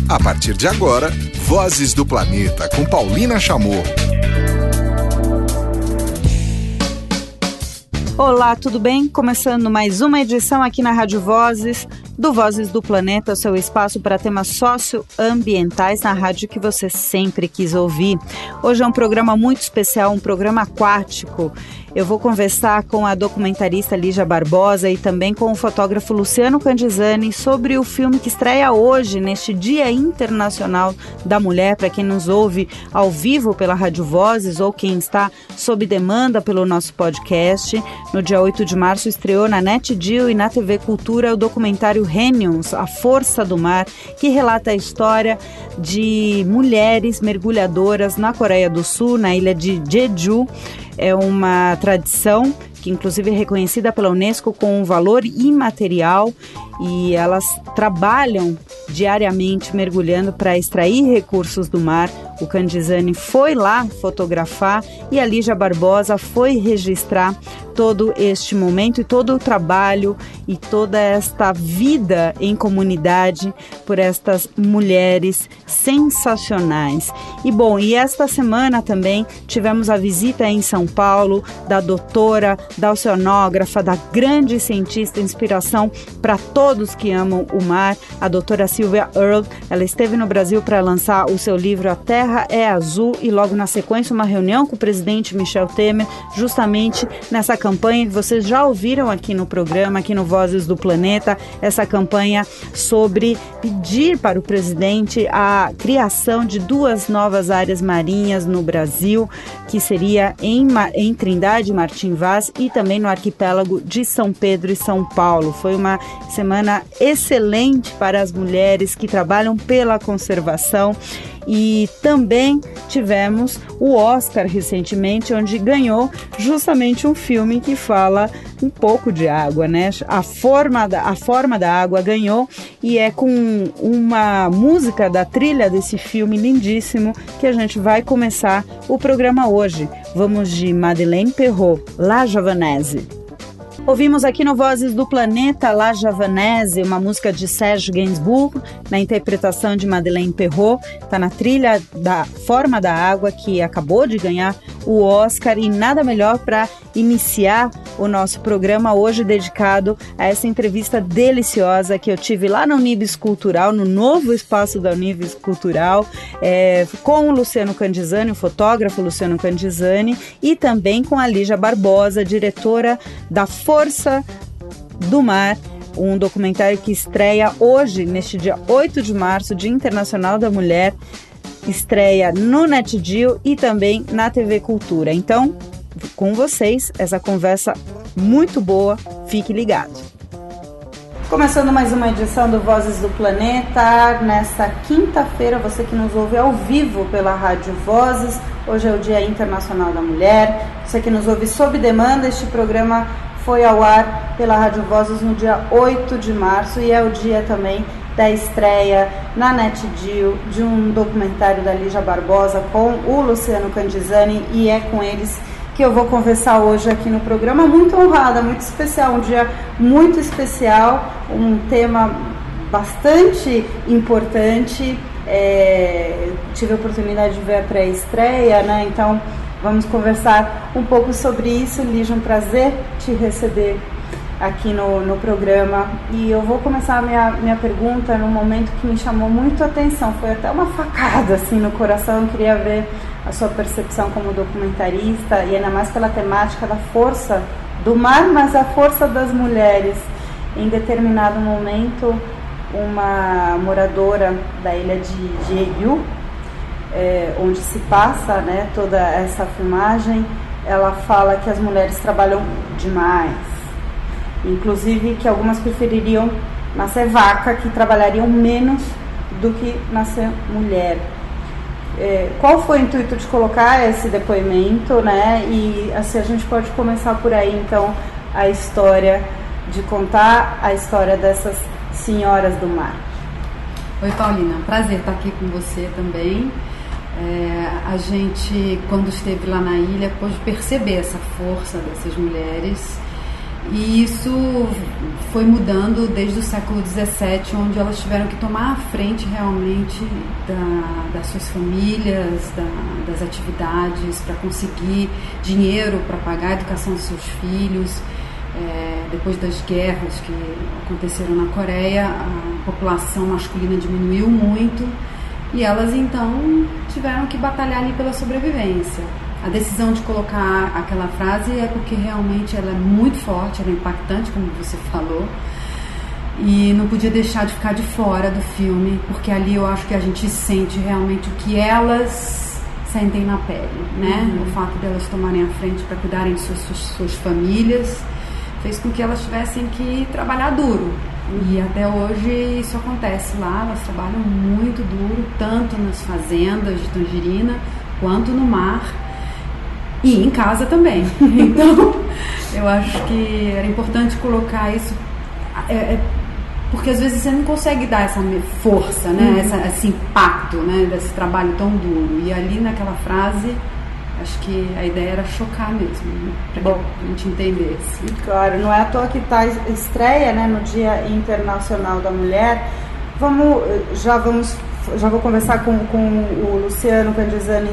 A partir de agora, Vozes do Planeta, com Paulina Chamorro. Olá, tudo bem? Começando mais uma edição aqui na Rádio Vozes, do Vozes do Planeta, seu espaço para temas socioambientais na rádio que você sempre quis ouvir. Hoje é um programa muito especial, um programa aquático. Eu vou conversar com a documentarista Lígia Barbosa e também com o fotógrafo Luciano Candizani sobre o filme que estreia hoje, neste Dia Internacional da Mulher, para quem nos ouve ao vivo pela Rádio Vozes ou quem está sob demanda pelo nosso podcast. No dia 8 de março estreou na NetGeo e na TV Cultura o documentário Renions, A Força do Mar, que relata a história de mulheres mergulhadoras na Coreia do Sul, na ilha de Jeju. É uma tradição que inclusive é reconhecida pela Unesco com um valor imaterial e elas trabalham diariamente mergulhando para extrair recursos do mar. O Candizani foi lá fotografar e a Lígia Barbosa foi registrar todo este momento e todo o trabalho e toda esta vida em comunidade por estas mulheres sensacionais. E esta semana também tivemos a visita em São Paulo da doutora, da oceanógrafa, da grande cientista, inspiração para todos que amam o mar, a doutora Sylvia Earle. Ela esteve no Brasil para lançar o seu livro A Terra é Azul e logo na sequência uma reunião com o presidente Michel Temer, justamente nessa campanha que vocês já ouviram aqui no programa, aqui no Vozes do Planeta, essa campanha sobre pedir para o presidente a criação de 2 novas áreas marinhas no Brasil, que seria em Trindade, Martim Vaz e também no arquipélago de São Pedro e São Paulo. Foi uma semana excelente para as mulheres que trabalham pela conservação. E também tivemos o Oscar recentemente, onde ganhou justamente um filme que fala um pouco de água, né? A Forma da Água ganhou e é com uma música da trilha desse filme lindíssimo que a gente vai começar o programa hoje. Vamos de Madeleine Perrot, La Javanaise. Ouvimos aqui no Vozes do Planeta La Javanaise, uma música de Serge Gainsbourg, na interpretação de Madeleine Perrot. Está na trilha da Forma da Água, que acabou de ganhar o Oscar, e nada melhor para iniciar o nosso programa hoje dedicado a essa entrevista deliciosa que eu tive lá na Unibis Cultural, no novo espaço da Unibis Cultural, com o Luciano Candizani, o fotógrafo Luciano Candizani, e também com a Lígia Barbosa, diretora da Força do Mar, um documentário que estreia hoje, neste dia 8 de março, Dia Internacional da Mulher, estreia no NetGeo e também na TV Cultura. Então, com vocês, essa conversa muito boa, fique ligado. Começando mais uma edição do Vozes do Planeta, nesta quinta-feira, você que nos ouve ao vivo pela Rádio Vozes, hoje é o Dia Internacional da Mulher, você que nos ouve sob demanda, este programa foi ao ar pela Rádio Vozes no dia 8 de março e é o dia também da estreia na NetGeo de um documentário da Lígia Barbosa com o Luciano Candizani, e é com eles que eu vou conversar hoje aqui no programa. Muito honrada, muito especial, um dia muito especial, um tema bastante importante. Tive a oportunidade de ver a pré-estreia, né? Então vamos conversar um pouco sobre isso. Lígia, um prazer te receber aqui no programa. E eu vou começar a minha pergunta num momento que me chamou muito a atenção. Foi até uma facada assim no coração. Eu queria ver a sua percepção como documentarista e ainda mais pela temática da força do mar, mas a força das mulheres. Em determinado momento, uma moradora da ilha de Jeju, onde se passa, né, toda essa filmagem, ela fala que as mulheres trabalham demais, inclusive que algumas prefeririam nascer vaca, que trabalhariam menos do que nascer mulher. Qual foi o intuito de colocar esse depoimento, né? E assim, a gente pode começar por aí, então, a história, de contar a história dessas senhoras do mar. Oi, Paulina, prazer estar aqui com você também. A gente, quando esteve lá na ilha, pôde perceber essa força dessas mulheres E isso foi mudando desde o século XVII, onde elas tiveram que tomar a frente realmente das suas famílias, das atividades, para conseguir dinheiro para pagar a educação dos seus filhos. Depois das guerras que aconteceram na Coreia, a população masculina diminuiu muito e elas então tiveram que batalhar ali pela sobrevivência. A decisão de colocar aquela frase é porque realmente ela é muito forte, ela é impactante, como você falou, e não podia deixar de ficar de fora do filme, porque ali eu acho que a gente sente realmente o que elas sentem na pele, né? O fato de elas tomarem a frente para cuidarem de suas famílias fez com que elas tivessem que trabalhar duro. E até hoje isso acontece lá, elas trabalham muito duro, tanto nas fazendas de tangerina, quanto no mar e em casa também. Então, eu acho que era importante colocar isso, porque às vezes você não consegue dar essa força, né? Esse impacto, né? Desse trabalho tão duro. E ali naquela frase, acho que a ideia era chocar mesmo, né? Para que a gente entendesse. Claro, não é à toa que tá estreia, né, no Dia Internacional da Mulher. Já vou conversar com o Luciano Candizzani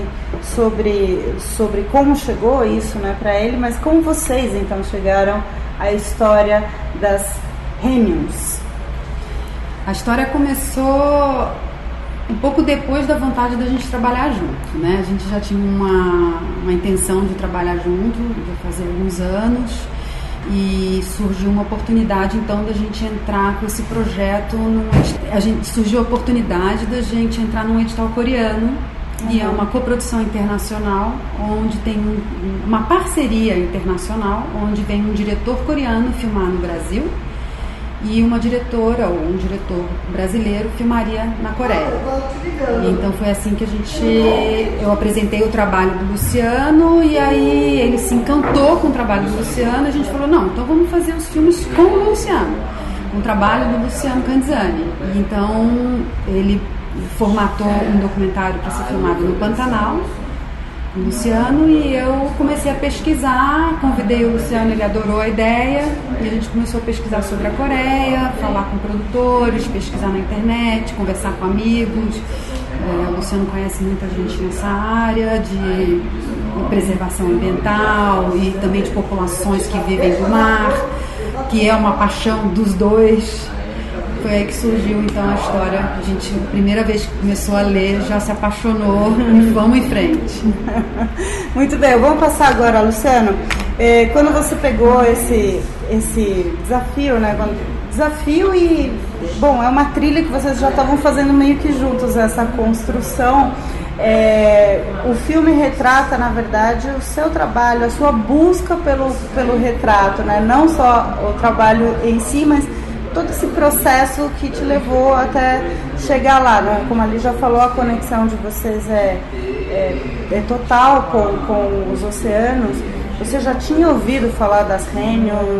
sobre como chegou isso, né, para ele, mas como vocês então chegaram à história das Réunions? A história começou um pouco depois da vontade da gente trabalhar junto, né? A gente já tinha uma intenção de trabalhar junto, já fazia alguns anos, e surgiu uma oportunidade então da gente entrar com esse projeto. Surgiu a oportunidade da gente entrar num edital coreano, e é uma coprodução internacional, onde tem uma parceria internacional, onde vem um diretor coreano filmar no Brasil e uma diretora ou um diretor brasileiro filmaria na Coreia. E então foi assim que eu apresentei o trabalho do Luciano, e aí ele se encantou com o trabalho do Luciano. A gente falou, não, então vamos fazer os filmes com o Luciano, com o trabalho do Luciano Candizzani. E então ele formatou um documentário para ser filmado no Pantanal, o Luciano, e eu comecei a pesquisar, convidei o Luciano, ele adorou a ideia, e a gente começou a pesquisar sobre a Coreia, falar com produtores, pesquisar na internet, conversar com amigos. O Luciano conhece muita gente nessa área de preservação ambiental e também de populações que vivem do mar, que é uma paixão dos dois. Foi aí que surgiu então a história. A gente, a primeira vez que começou a ler, já se apaixonou. Vamos em frente. Muito bem, vamos passar agora, Luciano. Quando você pegou esse desafio, né? Desafio e, bom, é uma trilha que vocês já estavam fazendo meio que juntos, essa construção. O filme retrata, na verdade, o seu trabalho, a sua busca pelo retrato, né? Não só o trabalho em si, mas todo esse processo que te levou até chegar lá, né? Como a Lígia já falou, a conexão de vocês é total com os oceanos. Você já tinha ouvido falar das Réunions?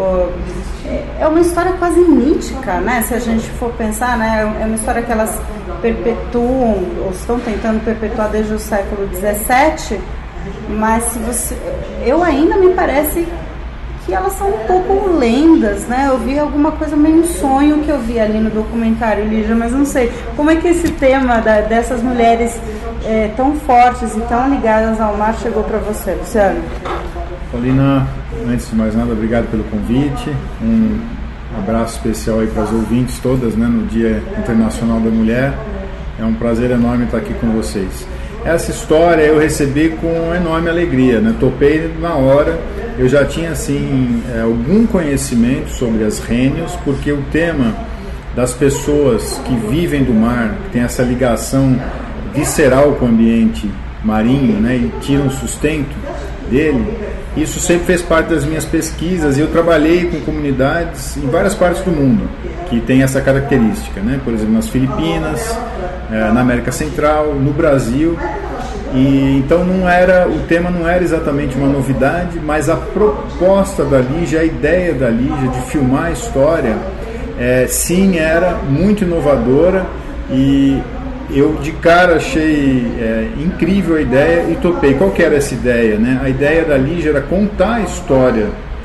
É uma história quase mítica, né? Se a gente for pensar, né? É uma história que elas perpetuam, ou estão tentando perpetuar desde o século XVII, mas eu ainda me parece que elas são um pouco lendas, né? Eu vi alguma coisa meio um sonho que eu vi ali no documentário, Lígia, mas não sei. Como é que esse tema dessas mulheres tão fortes e tão ligadas ao mar chegou para você, Luciano? Paulina, antes de mais nada, obrigado pelo convite. Um abraço especial aí para as ouvintes todas, né, no Dia Internacional da Mulher. É um prazer enorme estar aqui com vocês. Essa história eu recebi com enorme alegria, né? Topei na hora. Eu já tinha assim algum conhecimento sobre as Réunions, porque o tema das pessoas que vivem do mar, que tem essa ligação visceral com o ambiente marinho, né, e tiram sustento dele, isso sempre fez parte das minhas pesquisas, e eu trabalhei com comunidades em várias partes do mundo que tem essa característica, né? Por exemplo, nas Filipinas, na América Central, no Brasil. E então o tema não era exatamente uma novidade, mas a proposta da Lígia, a ideia da Lígia de filmar a história, sim, era muito inovadora, e eu de cara achei incrível a ideia e topei. Qual que era essa ideia, né? A ideia da Lígia era contar a história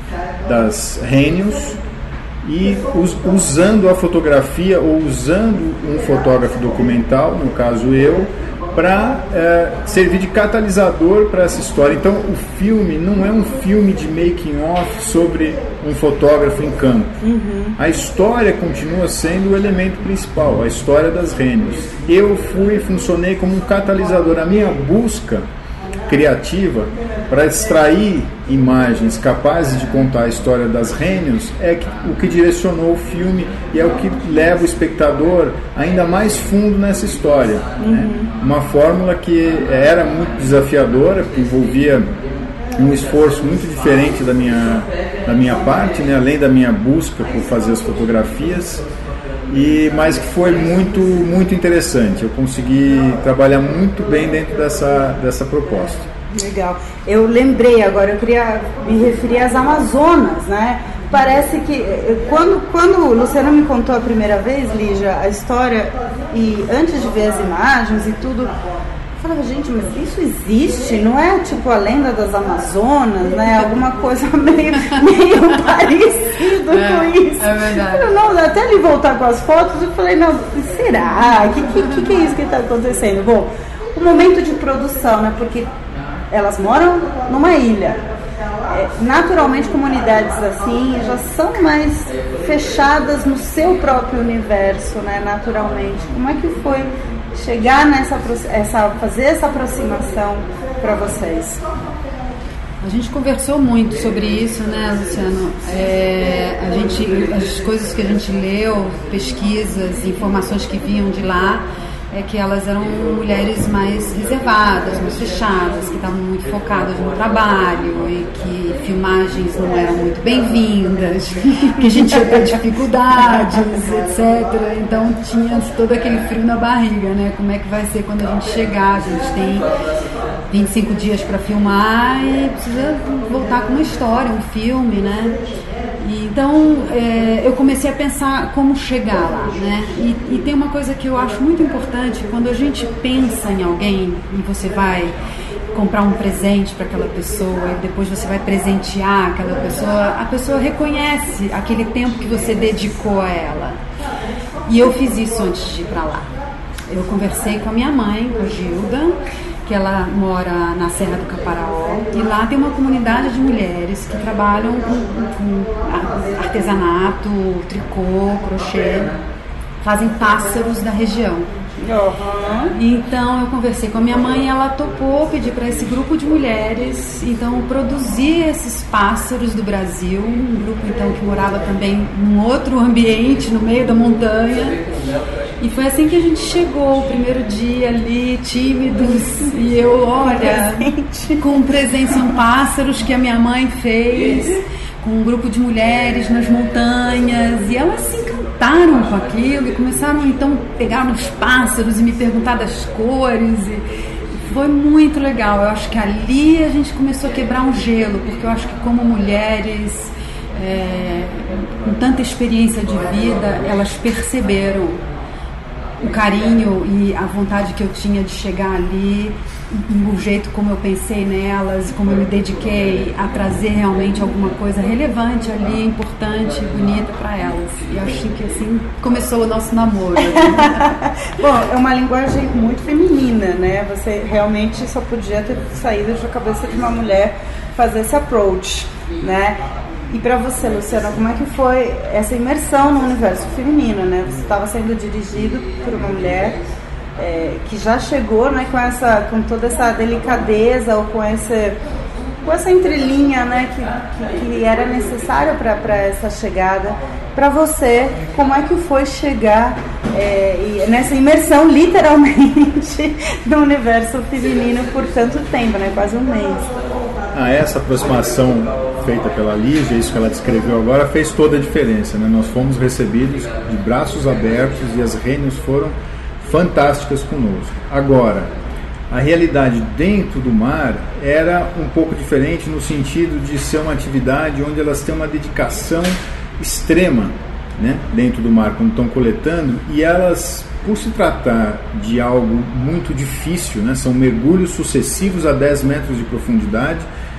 das rênios e usando a fotografia ou usando um fotógrafo documental, no caso eu, para servir de catalisador para essa história. Então o filme não é um filme de making off sobre um fotógrafo em campo. A história continua sendo o elemento principal, a história das rênios. Eu funcionei como um catalisador. A minha busca criativa para extrair imagens capazes de contar a história das rênios é o que direcionou o filme e é o que leva o espectador ainda mais fundo nessa história, né? Uma fórmula que era muito desafiadora, que envolvia um esforço muito diferente da minha parte, né? Além da minha busca por fazer as fotografias, mas que foi muito, muito interessante. Eu consegui trabalhar muito bem dentro dessa proposta. Legal. Eu lembrei agora, eu queria me referir às Amazonas, né? Parece que quando o Luciano me contou a primeira vez, Lígia, a história, e antes de ver as imagens e tudo, eu falava, gente, mas isso existe? Não é tipo a lenda das Amazonas, né? Alguma coisa meio parecido com isso. É verdade. Não, até ele voltar com as fotos, eu falei, não, será? O que é isso que está acontecendo? Bom, o momento de produção, né? Porque elas moram numa ilha. Naturalmente, comunidades assim já são mais fechadas no seu próprio universo, né? Naturalmente. Como é que foi chegar fazer essa aproximação para vocês? A gente conversou muito sobre isso, né, Luciano? As coisas que a gente leu, pesquisas, informações que vinham de lá, é que elas eram mulheres mais reservadas, mais fechadas, que estavam muito focadas no trabalho e que filmagens não eram muito bem-vindas, que a gente ia ter dificuldades, etc. Então tinha todo aquele frio na barriga, né? Como é que vai ser quando a gente chegar? A gente tem 25 dias para filmar e precisa voltar com uma história, um filme, né? Então, eu comecei a pensar como chegar lá, né? E tem uma coisa que eu acho muito importante, quando a gente pensa em alguém e você vai comprar um presente para aquela pessoa e depois você vai presentear aquela pessoa, a pessoa reconhece aquele tempo que você dedicou a ela. E eu fiz isso antes de ir para lá. Eu conversei com a minha mãe, com a Gilda, que ela mora na Serra do Caparaó, e lá tem uma comunidade de mulheres que trabalham com artesanato, tricô, crochê, fazem pássaros da região. Então eu conversei com a minha mãe e ela topou pedir para esse grupo de mulheres então produzir esses pássaros do Brasil, um grupo então que morava também num outro ambiente no meio da montanha, e foi assim que a gente chegou o primeiro dia ali, tímidos, e eu, olha, com presença em pássaros que a minha mãe fez com um grupo de mulheres nas montanhas, e elas se encantaram com aquilo e começaram então a pegar nos pássaros e me perguntar das cores, e foi muito legal. Eu acho que ali a gente começou a quebrar um gelo, porque eu acho que como mulheres com tanta experiência de vida, elas perceberam o carinho e a vontade que eu tinha de chegar ali, e o jeito como eu pensei nelas, como eu me dediquei a trazer realmente alguma coisa relevante ali, importante, bonita para elas. E acho que assim começou o nosso namoro. Bom, é uma linguagem muito feminina, né? Você realmente só podia ter saído da cabeça de uma mulher fazer esse approach, né? E para você, Luciana, como é que foi essa imersão no universo feminino, né? Você estava sendo dirigido por uma mulher que já chegou, né, com toda essa delicadeza, ou com essa entrelinha, né, que era necessária para essa chegada. Para você, como é que foi chegar nessa imersão, literalmente, no universo feminino por tanto tempo, né, quase um mês? Essa aproximação feita pela Lígia, isso que ela descreveu agora, fez toda a diferença, né? Nós fomos recebidos de braços abertos e as rênios foram fantásticas conosco. Agora, a realidade dentro do mar era um pouco diferente no sentido de ser uma atividade onde elas têm uma dedicação extrema, né, dentro do mar, quando estão coletando, e elas, por se tratar de algo muito difícil, né, são mergulhos sucessivos a 10 metros de profundidade,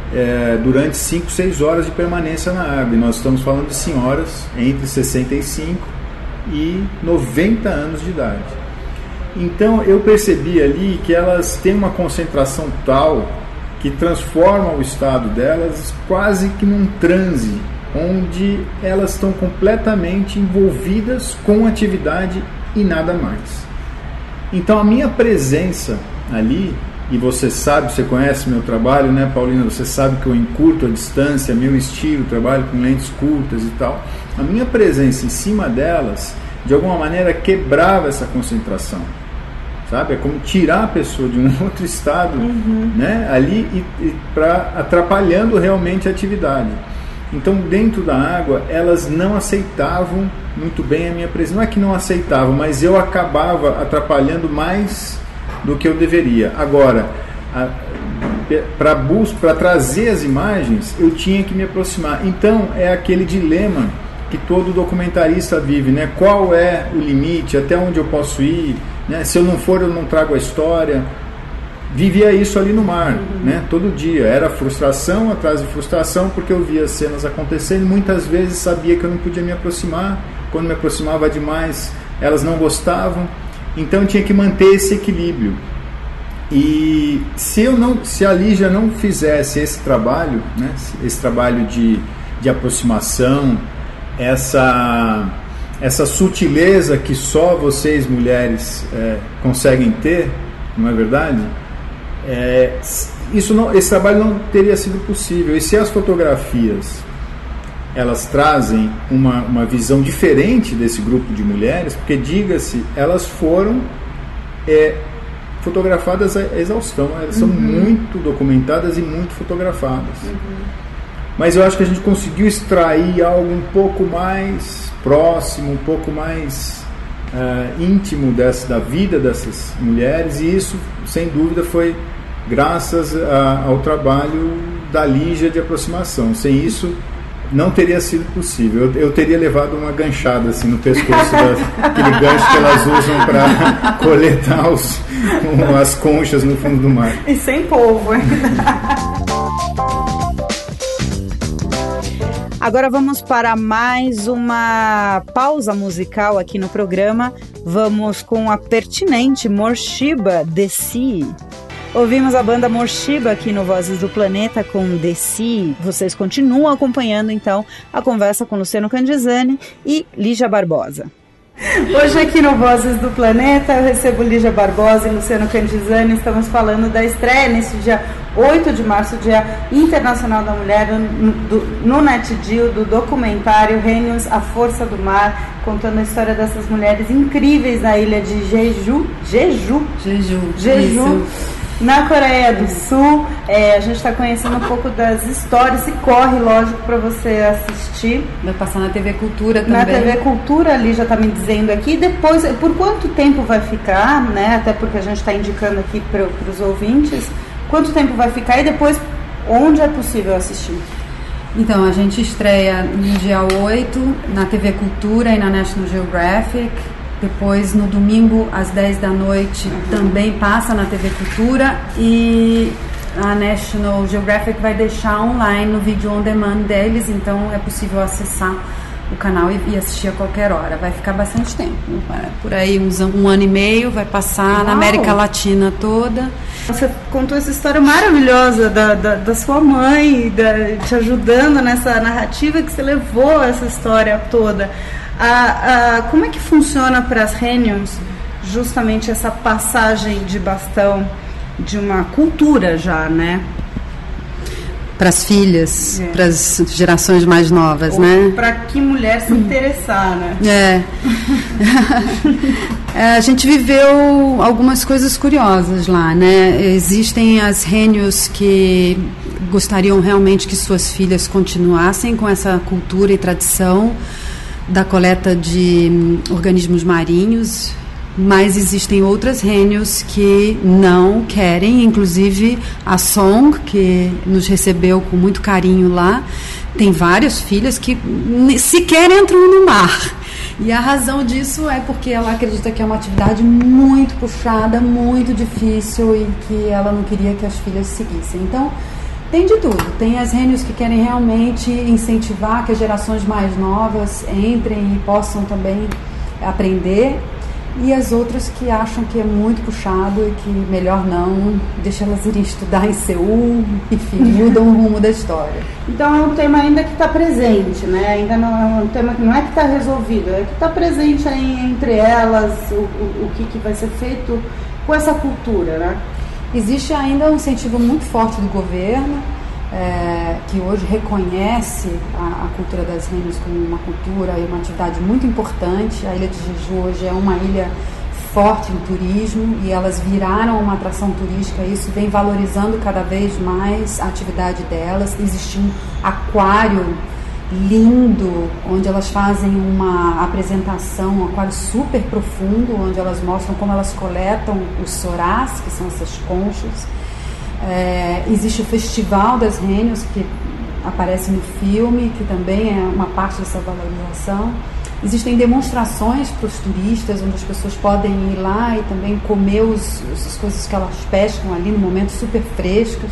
durante 5, 6 horas de permanência na água. E nós estamos falando de senhoras entre 65 e 90 anos de idade. Então eu percebi ali que elas têm uma concentração tal que transforma o estado delas quase que num transe, onde elas estão completamente envolvidas com a atividade e nada mais. Então a minha presença ali, e você sabe, você conhece meu trabalho, né, Paulina? Você sabe que eu encurto a distância, meu estilo, trabalho com lentes curtas e tal. A minha presença em cima delas, de alguma maneira, quebrava essa concentração, sabe? É como tirar a pessoa de um outro estado, né, ali atrapalhando realmente a atividade. Então, dentro da água, elas não aceitavam muito bem a minha presença. Não é que não aceitavam, mas eu acabava atrapalhando mais do que eu deveria. Agora, para trazer as imagens, eu tinha que me aproximar. Então, é aquele dilema que todo documentarista vive, né? Qual é o limite, até onde eu posso ir, né? Se eu não for, eu não trago a história. Vivia isso ali no mar, né? Todo dia. Era frustração atrás de frustração, porque eu via as cenas acontecendo e muitas vezes sabia que eu não podia me aproximar. Quando me aproximava demais, elas não gostavam. Então eu tinha que manter esse equilíbrio. E se a Lígia não fizesse esse trabalho, né? Esse trabalho de aproximação, essa sutileza que só vocês mulheres conseguem ter, não é verdade? Esse trabalho não teria sido possível. E se as fotografias elas trazem uma visão diferente desse grupo de mulheres, porque, diga-se, elas foram fotografadas a exaustão, elas são muito documentadas e muito fotografadas. Mas eu acho que a gente conseguiu extrair algo um pouco mais próximo, um pouco mais íntimo da vida dessas mulheres, e isso, sem dúvida, foi graças ao trabalho da Lígia de aproximação. Sem isso, não teria sido possível. Eu teria levado uma ganchada assim no pescoço, aquele gancho que elas usam para coletar as conchas no fundo do mar. E sem polvo, hein? Agora vamos para mais uma pausa musical aqui no programa. Vamos com a pertinente Morcheeba, The Sea. Ouvimos a banda Morcheeba aqui no Vozes do Planeta com The Sea. Vocês continuam acompanhando, então, a conversa com Luciano Candizani e Lígia Barbosa. Hoje aqui no Vozes do Planeta eu recebo Lígia Barbosa e Luciano Candizani. Estamos falando da estreia nesse dia 8 de março, Dia Internacional da Mulher, no NetGeo, do documentário Renius, A Força do Mar, contando a história dessas mulheres incríveis na ilha de Jeju, na Coreia do Sul. A gente está conhecendo um pouco das histórias, e corre, lógico, para você assistir. Vai passar na TV Cultura também. Na TV Cultura, ali já está me dizendo aqui. Depois, por quanto tempo vai ficar, né? Até porque a gente está indicando aqui para os ouvintes. Quanto tempo vai ficar e depois onde é possível assistir? Então, a gente estreia no dia 8 na TV Cultura e na National Geographic. Depois, no domingo, às 10 da noite, também passa na TV Cultura, e a National Geographic vai deixar online no vídeo on demand deles, então é possível acessar o canal e assistir a qualquer hora. Vai ficar bastante tempo, por aí um ano e meio, vai passar na América Latina toda. Você contou essa história maravilhosa da sua mãe, te ajudando nessa narrativa que você levou essa história toda. Como é que funciona para as Renius justamente essa passagem de bastão de uma cultura já, né? Para as filhas, para as gerações mais novas, ou né? Para que mulher se interessar, né? A gente viveu algumas coisas curiosas lá, né? Existem as Renius que gostariam realmente que suas filhas continuassem com essa cultura e tradição da coleta de organismos marinhos, mas existem outras Renius que não querem. Inclusive a Song, que nos recebeu com muito carinho lá, tem várias filhas que sequer entram no mar. E a razão disso é porque ela acredita que é uma atividade muito puxada, muito difícil, e que ela não queria que as filhas seguissem. Então, Tem de tudo. Tem as Rênios que querem realmente incentivar que as gerações mais novas entrem e possam também aprender, e as outras que acham que é muito puxado e que melhor não, deixa elas irem estudar em Seul, enfim, mudam o rumo da história. Então é um tema ainda que está presente, né? Ainda não é um tema que não é que está resolvido, é que está presente aí entre elas, o que vai ser feito com essa cultura, né? Existe ainda um incentivo muito forte do governo, que hoje reconhece a cultura das Rênios como uma cultura e uma atividade muito importante. A Ilha de Jeju hoje é uma ilha forte em turismo e elas viraram uma atração turística, isso vem valorizando cada vez mais a atividade delas. Existe um aquário lindo, onde elas fazem uma apresentação, um aquário super profundo, onde elas mostram como elas coletam os sorás, que são essas conchas. Existe o Festival das Rênios, que aparece no filme, que também é uma parte dessa valorização. Existem demonstrações para os turistas, onde as pessoas podem ir lá e também comer as coisas que elas pescam ali no momento, super frescas.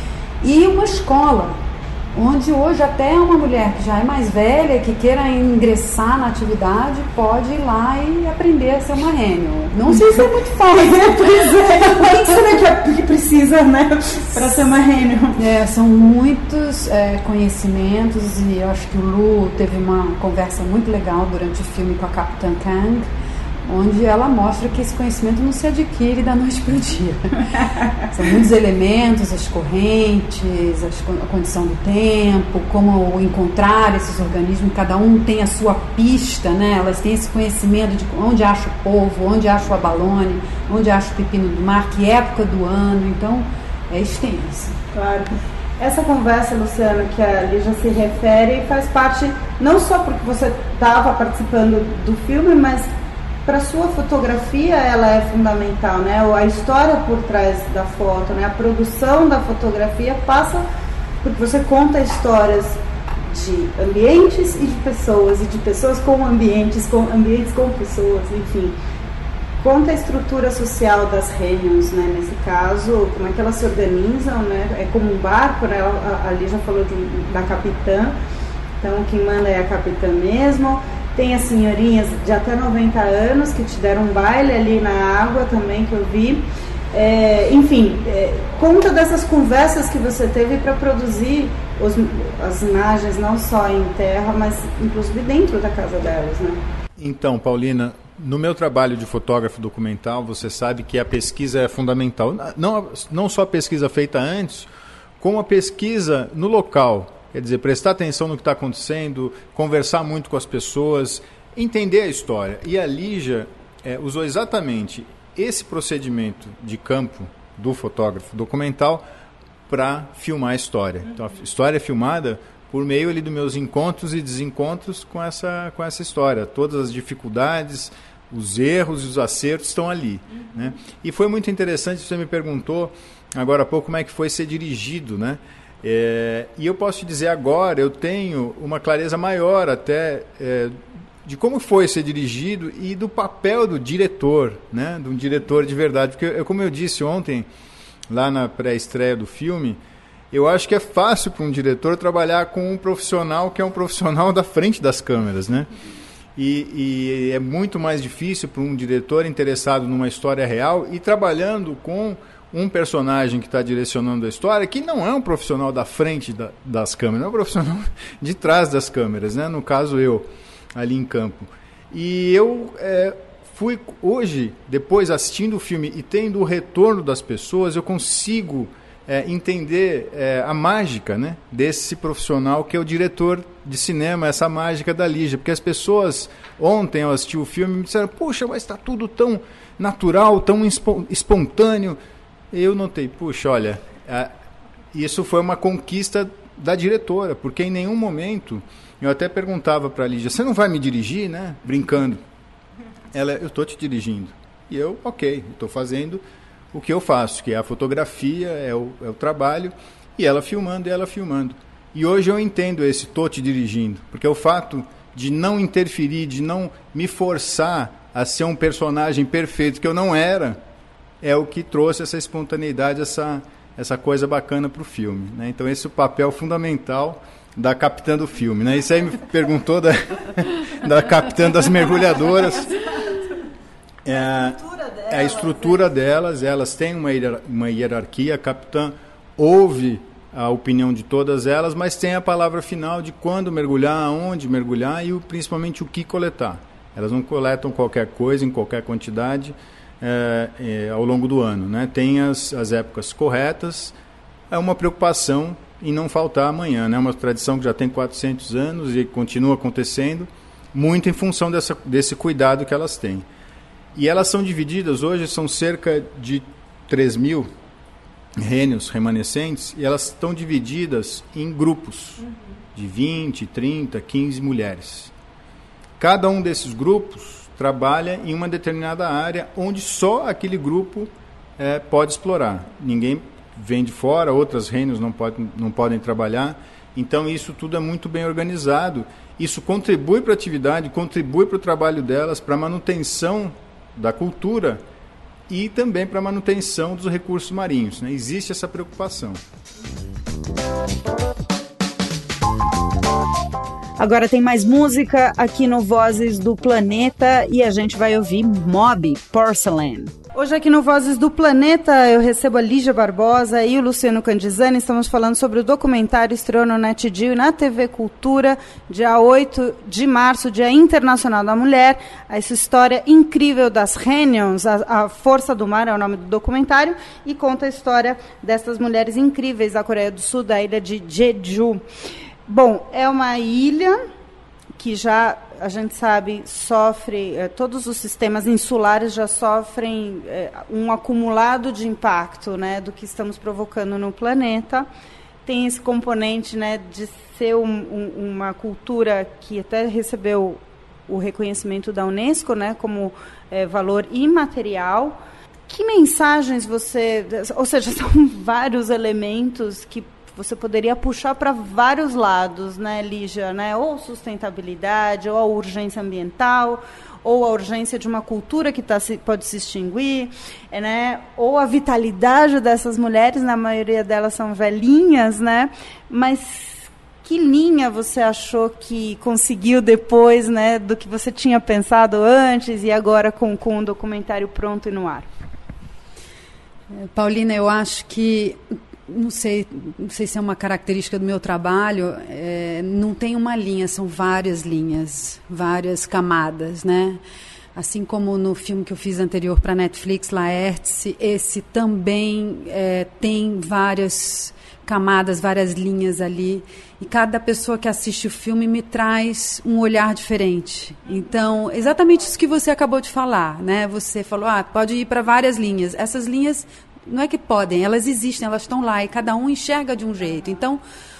E uma escola, onde hoje até uma mulher que já é mais velha, que queira ingressar na atividade, pode ir lá e aprender a ser uma rênio. Não sei se é muito fácil. Pois é. O que será que precisa, né, para ser uma rênio? São muitos conhecimentos, e eu acho que o Lu teve uma conversa muito legal durante o filme com a Capitã Kang, onde ela mostra que esse conhecimento não se adquire da noite para o dia. São muitos elementos, as correntes, a condição do tempo, como encontrar esses organismos, cada um tem a sua pista, né? Elas têm esse conhecimento de onde acha o polvo, onde acha o abalone, onde acha o pepino do mar, que época do ano, então é extenso. Claro. Essa conversa, Luciano, que a Lígia se refere, faz parte, não só porque você estava participando do filme, mas para a sua fotografia ela é fundamental, né? A história por trás da foto, né? A produção da fotografia passa porque você conta histórias de ambientes e de pessoas com ambientes com pessoas, enfim. Conta a estrutura social das Rênios, né? Nesse caso, como é que elas se organizam, né? É como um barco, né? A Lígia falou da capitã, então quem manda é a capitã mesmo. Tem as senhorinhas de até 90 anos que te deram um baile ali na água também, que eu vi. Conta dessas conversas que você teve para produzir as imagens, não só em terra, mas inclusive dentro da casa delas, né? Então, Paulina, no meu trabalho de fotógrafo documental, você sabe que a pesquisa é fundamental. Não só a pesquisa feita antes, como a pesquisa no local. Quer dizer, prestar atenção no que está acontecendo, conversar muito com as pessoas, entender a história. E a Lígia usou exatamente esse procedimento de campo do fotógrafo documental para filmar a história. Então, a história é filmada por meio ali dos meus encontros e desencontros com essa história. Todas as dificuldades, os erros e os acertos estão ali, né? E foi muito interessante, você me perguntou agora há pouco como é que foi ser dirigido, né? E eu posso te dizer agora, eu tenho uma clareza maior até de como foi ser dirigido e do papel do diretor, né? De um diretor de verdade. Porque, como eu disse ontem, lá na pré-estreia do filme, eu acho que é fácil para um diretor trabalhar com um profissional que é um profissional da frente das câmeras, né? E é muito mais difícil para um diretor interessado numa história real e trabalhando com um personagem que está direcionando a história, que não é um profissional da frente das câmeras, é um profissional de trás das câmeras, né? No caso eu, ali em campo. E eu fui hoje, depois assistindo o filme e tendo o retorno das pessoas, eu consigo entender a mágica, né, desse profissional que é o diretor de cinema, essa mágica da Lígia, porque as pessoas ontem ao assistir o filme me disseram, puxa, mas está tudo tão natural, tão espontâneo. Eu notei, puxa, olha, isso foi uma conquista da diretora, porque em nenhum momento, eu até perguntava para a Lígia, você não vai me dirigir, né? Brincando. Ela, eu estou te dirigindo. E eu, ok, estou fazendo o que eu faço, que é a fotografia, é o trabalho, e ela filmando, e ela filmando. E hoje eu entendo esse estou te dirigindo, porque o fato de não interferir, de não me forçar a ser um personagem perfeito que eu não era, é o que trouxe essa espontaneidade, essa coisa bacana para o filme, né? Então esse é o papel fundamental da capitã do filme, né? Isso aí me perguntou da capitã das mergulhadoras. A estrutura delas, elas têm uma hierarquia, a capitã ouve a opinião de todas elas, mas tem a palavra final de quando mergulhar, aonde mergulhar e principalmente o que coletar. Elas não coletam qualquer coisa em qualquer quantidade ao longo do ano, né? Tem as épocas corretas, é uma preocupação em não faltar amanhã, né? Uma tradição que já tem 400 anos e continua acontecendo, muito em função desse cuidado que elas têm. E elas são divididas, hoje são cerca de 3.000 rênios remanescentes, e elas estão divididas em grupos de 20, 30, 15 mulheres. Cada um desses grupos trabalha em uma determinada área onde só aquele grupo pode explorar. Ninguém vem de fora, outras rênios não podem trabalhar. Então isso tudo é muito bem organizado. Isso contribui para a atividade, contribui para o trabalho delas, para a manutenção da cultura e também para a manutenção dos recursos marinhos, né? Existe essa preocupação. Agora tem mais música aqui no Vozes do Planeta e a gente vai ouvir Moby, Porcelain. Hoje aqui no Vozes do Planeta eu recebo a Lígia Barbosa e o Luciano Candizani. Estamos falando sobre o documentário estreou no NetGeo e na TV Cultura, dia 8 de março, Dia Internacional da Mulher. Essa história incrível das Rhénions, a Força do Mar é o nome do documentário, e conta a história dessas mulheres incríveis da Coreia do Sul, da ilha de Jeju. Bom, é uma ilha que já, a gente sabe, sofre, todos os sistemas insulares já sofrem um acumulado de impacto, né, do que estamos provocando no planeta. Tem esse componente, né, de ser uma cultura que até recebeu o reconhecimento da Unesco, né, como valor imaterial. Que mensagens você... Ou seja, são vários elementos que você poderia puxar para vários lados, né, Lígia? Né? Ou sustentabilidade, ou a urgência ambiental, ou a urgência de uma cultura que pode se extinguir, né? Ou a vitalidade dessas mulheres, na maioria delas são velhinhas, né? Mas que linha você achou que conseguiu depois, né, do que você tinha pensado antes e agora com o documentário pronto e no ar? Paulina, eu acho que... Não sei se é uma característica do meu trabalho, não tem uma linha, são várias linhas, várias camadas, né? Assim como no filme que eu fiz anterior para a Netflix, Laertes, esse também tem várias camadas, várias linhas ali, e cada pessoa que assiste o filme me traz um olhar diferente. Então, exatamente isso que você acabou de falar, né? Você falou, pode ir para várias linhas. Essas linhas... Não é que podem, elas existem, elas estão lá e cada um enxerga de um jeito. Então,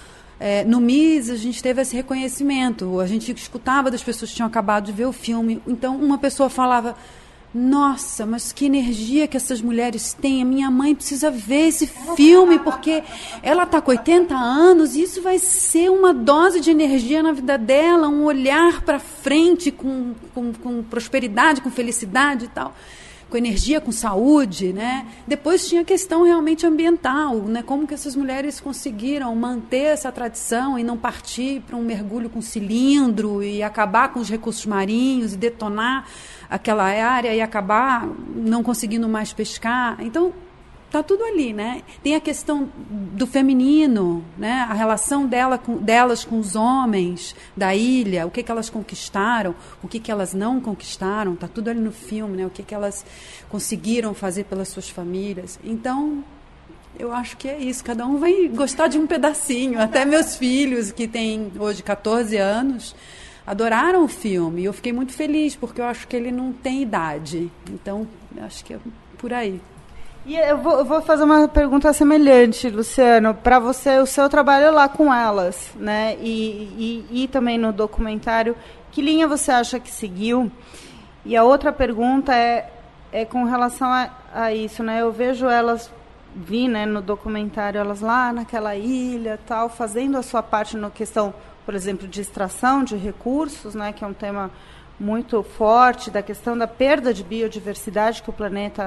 no MIS a gente teve esse reconhecimento, a gente escutava das pessoas que tinham acabado de ver o filme. Então, uma pessoa falava, nossa, mas que energia que essas mulheres têm, a minha mãe precisa ver esse filme, porque ela está com 80 anos e isso vai ser uma dose de energia na vida dela, um olhar para frente com prosperidade, com felicidade e tal. Com energia, com saúde, né? Depois tinha a questão realmente ambiental, né? Como que essas mulheres conseguiram manter essa tradição e não partir para um mergulho com cilindro e acabar com os recursos marinhos e detonar aquela área e acabar não conseguindo mais pescar. Então, está tudo ali, né? Tem a questão do feminino, né? A relação delas com os homens da ilha, o que elas conquistaram, o que elas não conquistaram, está tudo ali no filme, né? O que elas conseguiram fazer pelas suas famílias. Então, eu acho que é isso, cada um vai gostar de um pedacinho. Até meus filhos, que têm hoje 14 anos, adoraram o filme. E eu fiquei muito feliz, porque eu acho que ele não tem idade. Então, eu acho que é por aí. E eu vou fazer uma pergunta semelhante, Luciano, para você, o seu trabalho lá com elas, né? E também no documentário, que linha você acha que seguiu? E a outra pergunta é com relação a isso, né? Eu vejo elas, né, no documentário, elas lá naquela ilha, tal, fazendo a sua parte na questão, por exemplo, de extração de recursos, né? Que é um tema muito forte, da questão da perda de biodiversidade que o planeta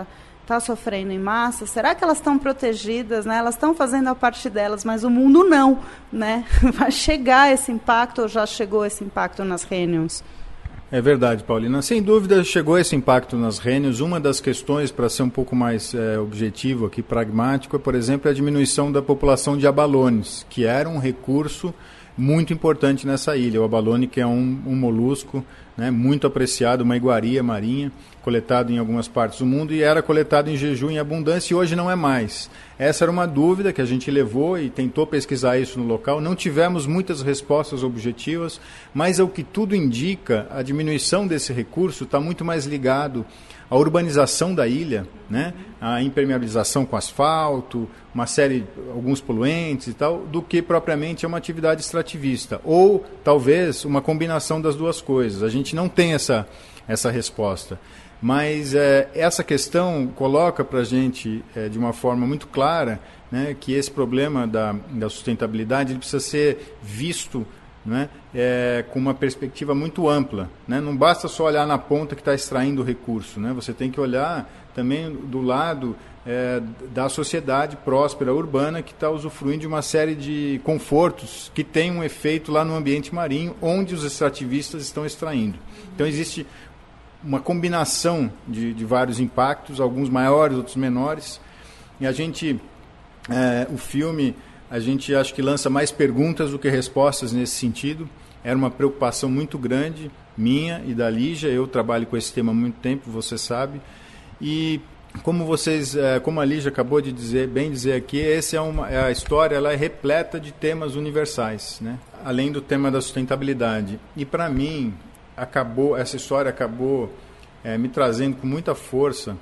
está sofrendo em massa, será que elas estão protegidas, né? Elas estão fazendo a parte delas, mas o mundo não, né? Vai chegar esse impacto, ou já chegou esse impacto nas reuniões? É verdade, Paulina. Sem dúvida chegou esse impacto nas reuniões. Uma das questões, para ser um pouco mais objetivo aqui, pragmático, é, por exemplo, a diminuição da população de abalones, que era um recurso muito importante nessa ilha. O abalone, que é um molusco, né, muito apreciado, uma iguaria marinha, coletado em algumas partes do mundo, e era coletado em jejum em abundância, e hoje não é mais. Essa era uma dúvida que a gente levou e tentou pesquisar isso no local. Não tivemos muitas respostas objetivas, mas ao que tudo indica, a diminuição desse recurso está muito mais ligado à urbanização da ilha, né, a impermeabilização com asfalto, uma série, alguns poluentes e tal, do que propriamente a uma atividade extrativista, ou talvez uma combinação das duas coisas. A gente não tem essa resposta, mas essa questão coloca para a gente de uma forma muito clara, né, que esse problema da sustentabilidade ele precisa ser visto, né, com uma perspectiva muito ampla, né? Não basta só olhar na ponta que está extraindo o recurso, né? Você tem que olhar também do lado da sociedade próspera urbana que está usufruindo de uma série de confortos que tem um efeito lá no ambiente marinho onde os extrativistas estão extraindo. Então existe uma combinação de vários impactos, alguns maiores, outros menores, e a gente, o filme, a gente acho que lança mais perguntas do que respostas nesse sentido. Era uma preocupação muito grande, minha e da Lígia. Eu trabalho com esse tema há muito tempo, você sabe. E como a Lígia acabou de bem dizer aqui, a história ela é repleta de temas universais, né? Além do tema da sustentabilidade. E para mim, essa história acabou me trazendo com muita força